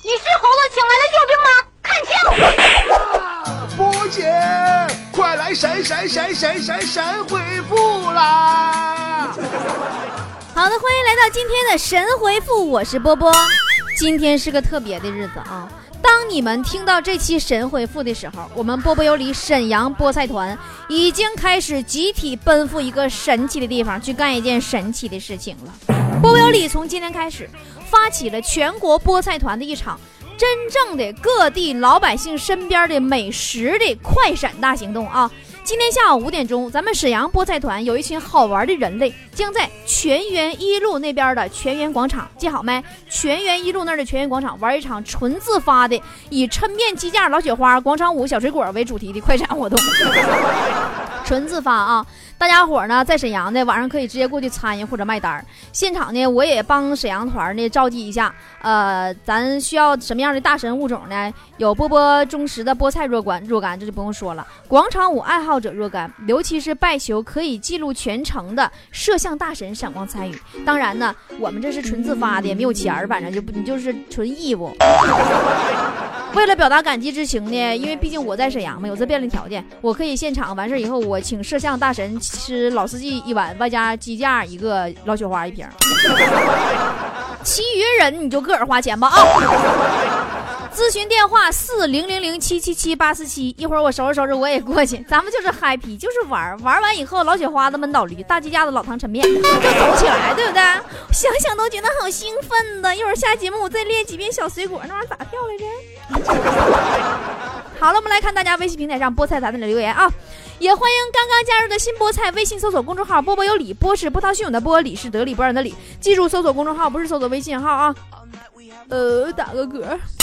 你是猴子请来的救兵吗？看清！ 波姐，快来神回复啦！ 好的，欢迎来到今天的神回复，我是波波。今天是个特别的日子啊！当你们听到这期神回复的时候，我们波波有理沈阳菠菜团已经开始集体奔赴一个神奇的地方，去干一件神奇的事情了。波波有理从今天开始发起了全国菠菜团的一场真正的各地老百姓身边的美食的快闪大行动啊！今天下午5点钟，咱们沈阳菠菜团有一群好玩的人类将在泉源一路那边的泉源广场，记好没？泉源一路那儿的泉源广场玩一场纯自发的以抻面鸡架老雪花广场舞小水果为主题的快闪活动。纯自发啊！大家伙呢在沈阳的晚上可以直接过去参与或者卖单。现场呢我也帮沈阳团呢召集一下，咱需要什么样的大神物种呢？有波波忠实的菠菜若干，这就不用说了。广场舞爱好者若干，尤其是拜求可以记录全程的摄像大神闪光参与。当然呢，我们这是纯自发的，没有钱，反正你就是纯义务。为了表达感激之情呢，因为毕竟我在沈阳嘛，有这便利条件，我可以现场完事以后，我请摄像大神吃老司机1碗，外加鸡架1个，老雪花1瓶。其余人你就个人花钱吧啊！咨询电话4000777847，一会儿我收拾我也过去，咱们就是 happy， 就是玩完以后，老雪花子焖倒驴，大鸡架子老汤抻面，就走起来，对不对？想想都觉得好兴奋的。一会儿下节目我再列几遍小水果，那玩意儿咋跳来着？好了，我们来看大家微信平台上菠菜团的留言啊！也欢迎刚刚加入的新菠菜，微信搜索公众号波波有理，波是波涛汹涌的波，理是得理不让的理，记住搜索公众号，不是搜索微信号啊。打个嗝。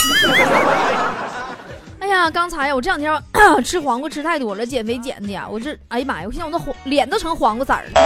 哎呀，刚才我这2天吃黄瓜吃太多了，减肥减的呀，我这哎呀妈呀，我现在我的脸都成黄瓜色了。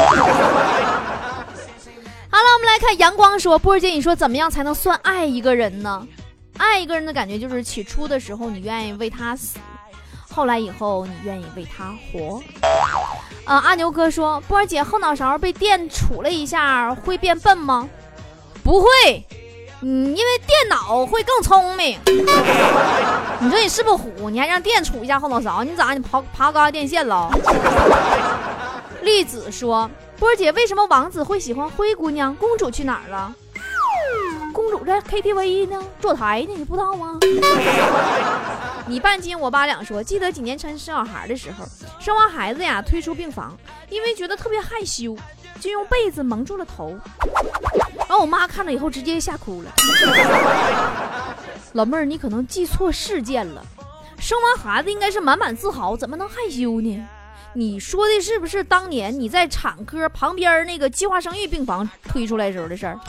好了，我们来看阳光说，波儿姐你说怎么样才能算爱一个人呢？爱一个人的感觉就是起初的时候你愿意为他死，后来以后你愿意为他活。阿牛哥说，波儿姐后脑勺被电杵了一下会变笨吗？不会，因为电脑会更聪明。你说你是不是虎？你还让电杵一下后脑勺，你咋你爬高压电线了？栗子说，波儿姐为什么王子会喜欢灰姑娘，公主去哪儿了？公主在 KTV 呢，坐台呢，你不知道吗？你半斤我8两说，记得几年前生小孩的时候，生完孩子呀推出病房，因为觉得特别害羞，就用被子蒙住了头，然后我妈看了以后直接吓哭了。老妹儿，你可能记错事件了，生完孩子应该是满满自豪，怎么能害羞呢？你说的是不是当年你在产科旁边那个计划生育病房推出来时候的事儿？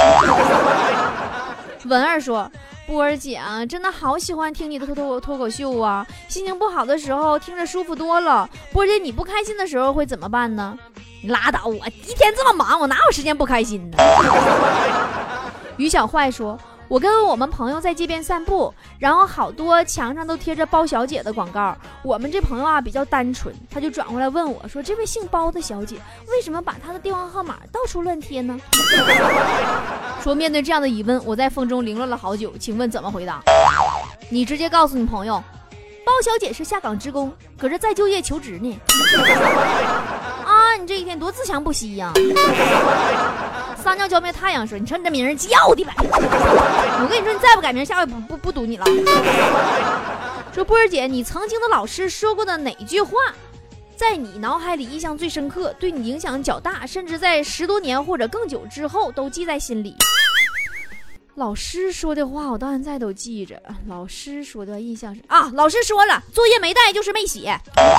文儿说，波儿姐真的好喜欢听你的脱口秀啊，心情不好的时候听着舒服多了。波儿姐你不开心的时候会怎么办呢？你拉倒，我一天这么忙，我哪有时间不开心呢？于小坏说，我跟我们朋友在街边散步，然后好多墙上都贴着包小姐的广告。我们这朋友比较单纯，他就转过来问我说，这位姓包的小姐为什么把她的电话号码到处乱贴呢？说面对这样的疑问，我在风中凌乱了好久，请问怎么回答？你直接告诉你朋友，包小姐是下岗职工，搁这再就业求职呢。你这一天多自强不息呀！撒尿浇灭太阳说，你瞅你这名儿叫的呗！我跟你说，你再不改名，下回不堵你了。说波儿姐，你曾经的老师说过的哪句话在你脑海里印象最深刻，对你影响较大，甚至在10多年或者更久之后都记在心里？老师说的话我到现在都记着。老师说的印象是老师说了，作业没带就是没写。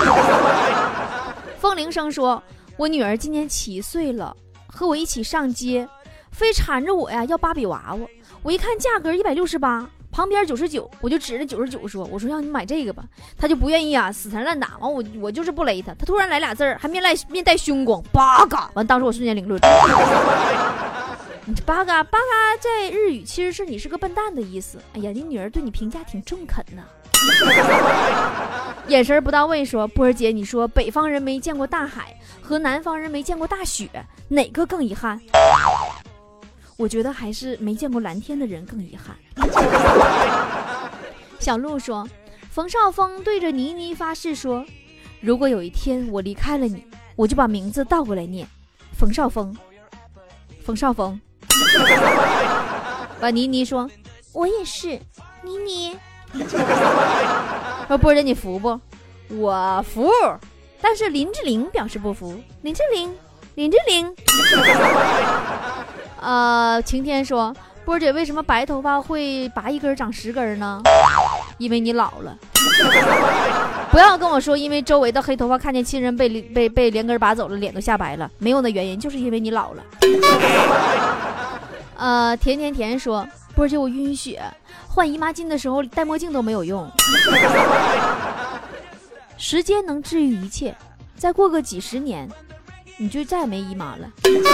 风铃声说，我女儿今年7岁了，和我一起上街，非缠着我呀要芭比娃娃。我一看价格168，旁边99，我就指着99说，我说让你买这个吧。她就不愿意死缠烂打，完我就是不勒她，她突然来俩字儿，还面带凶光，八嘎！完当时我瞬间凌乱。你这八嘎在日语其实是你是个笨蛋的意思。哎呀，你女儿对你评价挺中肯呢。眼神不到位说，波儿姐你说北方人没见过大海和南方人没见过大雪，哪个更遗憾？ 我觉得还是没见过蓝天的人更遗憾。小鹿说，冯绍峰对着倪妮发誓说，如果有一天我离开了你，我就把名字倒过来念，冯绍峰，冯绍峰。把倪妮说，我也是，倪妮。说波姐你服不？我服，但是林志玲表示不服。林志玲。晴天说，波姐为什么白头发会拔一根长10根呢？因为你老了。不要跟我说因为周围的黑头发看见亲人被连根拔走了，脸都吓白了，没有的原因，就是因为你老了。甜说，波姐我晕血，换姨妈巾的时候戴墨镜都没有用。时间能治愈一切，再过个几十年你就再也没姨妈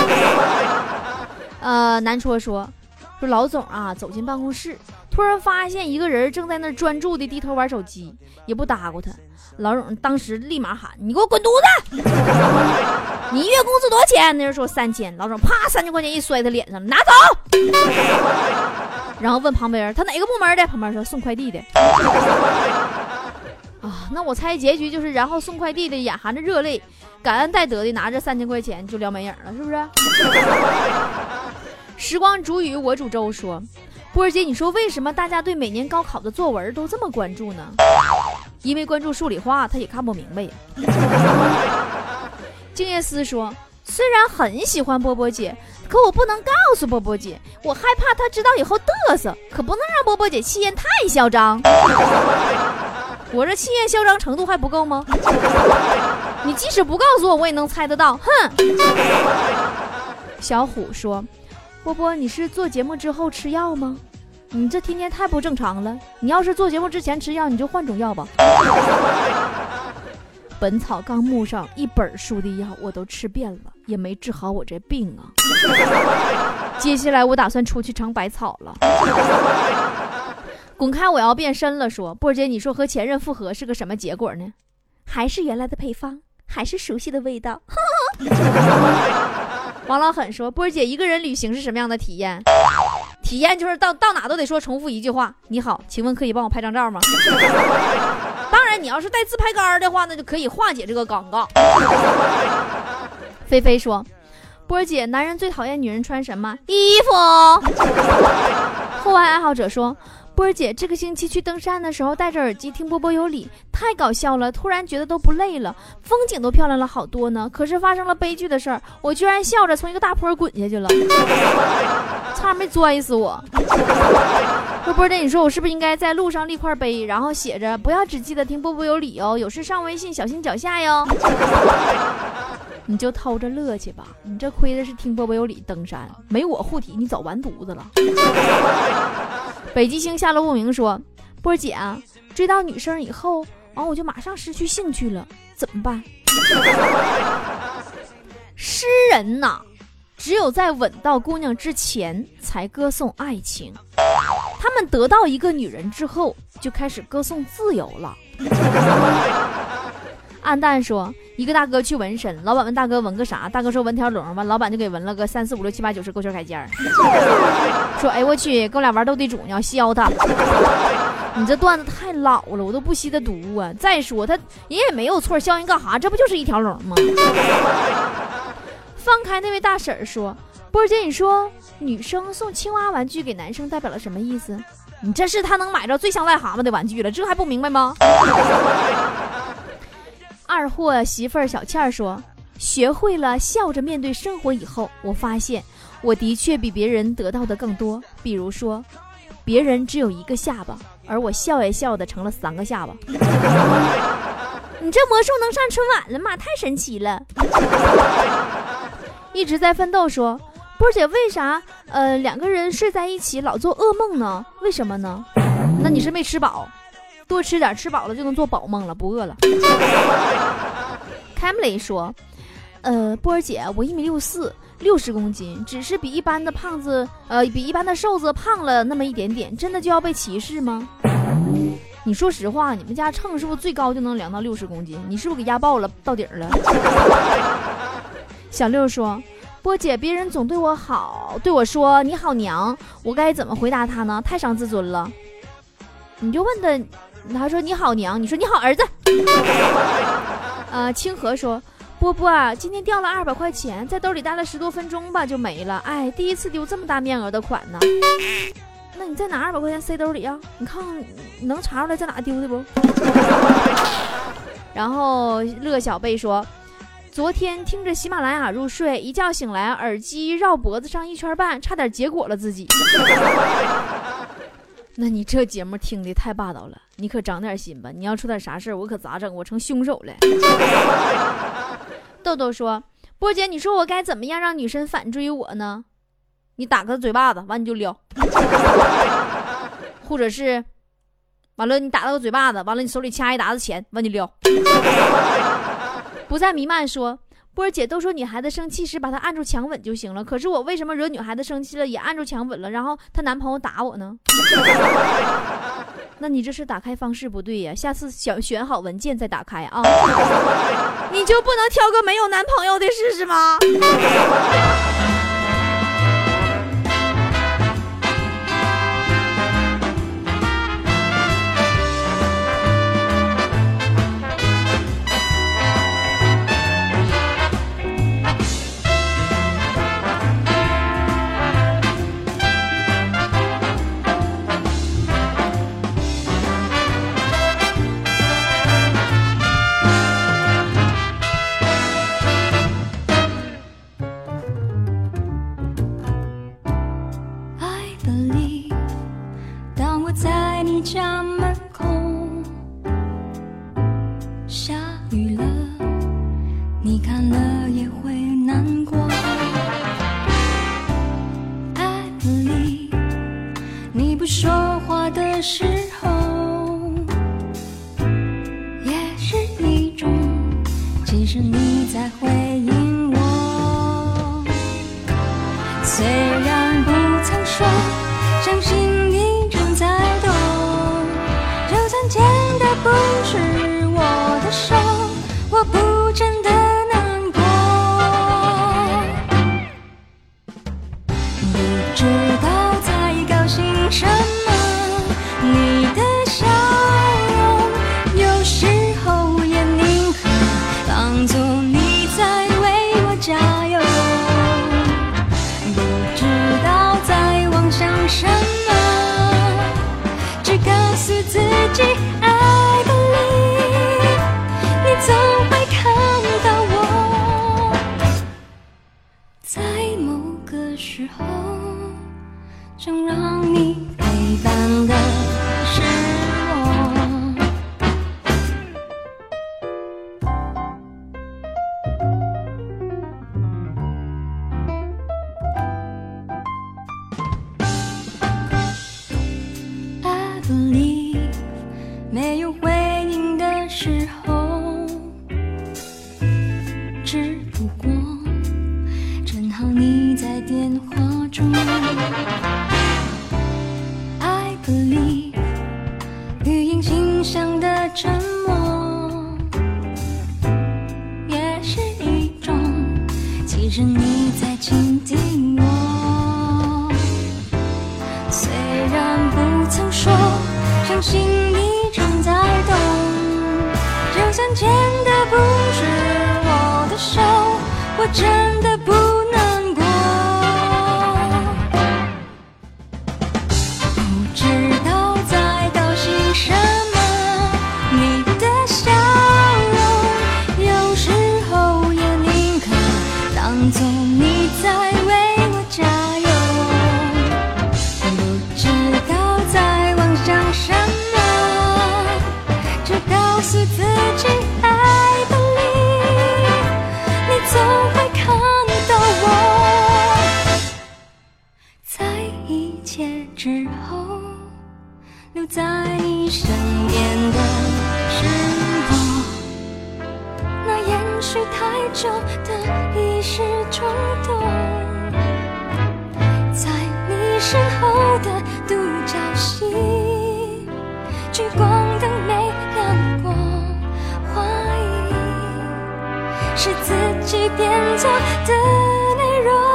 了。南戳说老总啊，走进办公室，突然发现一个人正在那专注的低头玩手机，也不搭过他。老总当时立马喊，你给我滚犊子。你月工资多少钱？那人说3000。老总啪3000块钱一摔他脸上，拿走。然后问旁边他哪个部门的，旁边说送快递的。那我猜结局就是，然后送快递的眼含着热泪，感恩戴德的拿着3000块钱就撩没影了，是不是？时光煮雨我煮粥说，波儿姐，你说为什么大家对每年高考的作文都这么关注呢？因为关注数理化他也看不明白呀。静夜思说，虽然很喜欢波波姐，可我不能告诉波波姐，我害怕她知道以后嘚瑟，可不能让波波姐气焰太嚣张。我这气焰嚣张程度还不够吗？你即使不告诉我，我也能猜得到。哼！小虎说，波波，你是做节目之后吃药吗？你这天天太不正常了，你要是做节目之前吃药，你就换种药吧。本草纲目上1本书的药我都吃遍了，也没治好我这病啊。接下来我打算出去尝百草了。滚开，我要变身了说，波姐，你说和前任复合是个什么结果呢？还是原来的配方，还是熟悉的味道。王老狠说，波姐，一个人旅行是什么样的体验？体验就是到哪都得说重复一句话，你好，请问可以帮我拍张照吗？当然你要是带自拍杆的话，那就可以化解这个尴尬。菲菲说，波姐，男人最讨厌女人穿什么衣服？户外爱好者说，波姐，这个星期去登山的时候戴着耳机听波波有理，太搞笑了，突然觉得都不累了，风景都漂亮了好多呢。可是发生了悲剧的事儿，我居然笑着从一个大坡滚下去了，差点没摔死我。说波姐，你说我是不是应该在路上立块碑，然后写着不要只记得听波波有理哦，有事上微信小心脚下哟。你就偷着乐去吧，你这亏的是听波波有理登山，没我护体你早完犊子了。北极星下落不明说，波姐啊，追到女生以后，我就马上失去兴趣了，怎么办？诗人呐，只有在吻到姑娘之前才歌颂爱情，他们得到一个女人之后就开始歌颂自由了。暗淡说，一个大哥去纹身，老板问大哥纹个啥，大哥说纹条龙吧，老板就给纹了个3、4、5、6、7、8、9、10勾圈开尖。说哎我去，跟我俩玩斗地主，你要削他。你这段子太老了，我都不稀得读啊。再说他人也没有错，削人干啥？这不就是一条龙吗？放开那位大婶说，波姐，你说女生送青蛙玩具给男生代表了什么意思？你这是他能买着最像癞蛤蟆的玩具了，这还不明白吗？二货媳妇儿小倩说，学会了笑着面对生活以后，我发现我的确比别人得到的更多。比如说，别人只有1个下巴，而我笑也笑的成了3个下巴。你这魔术能上春晚了吗？太神奇了。一直在奋斗说，波姐，为啥2个人睡在一起老做噩梦呢？为什么呢？那你是没吃饱，多吃点，吃饱了就能做饱梦了，不饿了。Camley 说，波儿姐，我1.64米，60公斤，只是比一般的胖子，比一般的瘦子胖了那么一点点，真的就要被歧视吗？你说实话，你们家秤是不是最高就能量到60公斤？你是不是给压爆了到底儿了？小六说， 波姐，别人总对我好，对我说你好娘，我该怎么回答他呢？太伤自尊了。你就问他说你好娘，你说你好儿子。清河说，波波啊，今天掉了200块钱，在兜里待了10多分钟吧就没了，哎，第一次丢这么大面额的款呢。那你再拿200块钱塞兜里啊，你看你能查出来在哪丢的不？然后乐小贝说，昨天听着喜马拉雅入睡，一觉醒来耳机绕脖子上1圈半，差点结果了自己。那你这节目听的太霸道了，你可长点心吧，你要出点啥事儿我可咋整？我成凶手了。豆豆说，波姐，你说我该怎么样让女生反追我呢？你打个嘴巴子完你就撩。或者是完了你打了个嘴巴子，完了你手里掐一沓子钱完你撩。不再弥漫说，波儿姐都说女孩子生气时把她按住强吻就行了，可是我为什么惹女孩子生气了也按住强吻了，然后她男朋友打我呢？那你这是打开方式不对呀，下次选好文件再打开啊。你就不能挑个没有男朋友的试试吗？ 家门口下雨了，你看了也会难过。I believe 你不说话的时候也是一种，其实你在回应我。虽然不曾说，相信你正在动，就算牵的不是我的手，我不真的难过。不知道在高兴什么，你的笑容有时候也宁可当作你在为我加油。不知道在妄想什么，只告诉自己 I believe 你总会看到我，在某个时候想让你陪伴的是我。I believe 没有回应的时候，只不过正好你在电话中。I believe 语音信箱的沉默也是一种，其实你在倾听我。虽然不曾说，相信你正在动，就算牵的不是我的手，我真的不难过。不知道在高兴什么，你的笑容有时候也宁可当作你在为我加油。不知道在妄想什么，只告诉自己 I believe 你总会看到我，在一切之后留在你身边的是我，那延续太久的一时冲动，在你身后的独角戏，聚光灯没亮过，怀疑是自己编造的内容。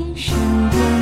深的